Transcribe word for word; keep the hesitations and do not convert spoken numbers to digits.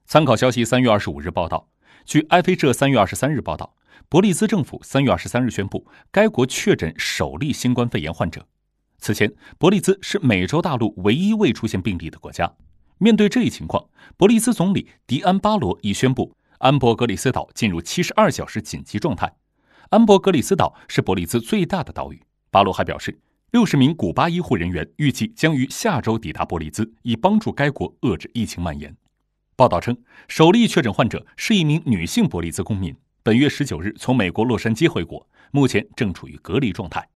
参考消息三月二十五日报道，据埃菲社三月二十三日报道，伯利兹政府三月二十三日宣布，该国确诊首例新冠肺炎患者。此前，伯利兹是美洲大陆唯一未出现病例的国家。面对这一情况，伯利兹总理迪安巴罗已宣布安博格里斯岛进入七十二小时紧急状态。安博格里斯岛是伯利兹最大的岛屿。巴罗还表示，六十名古巴医护人员预计将于下周抵达伯利兹，以帮助该国遏制疫情蔓延。报道称，首例确诊患者是一名女性伯利兹公民，本月十九日从美国洛杉矶回国，目前正处于隔离状态。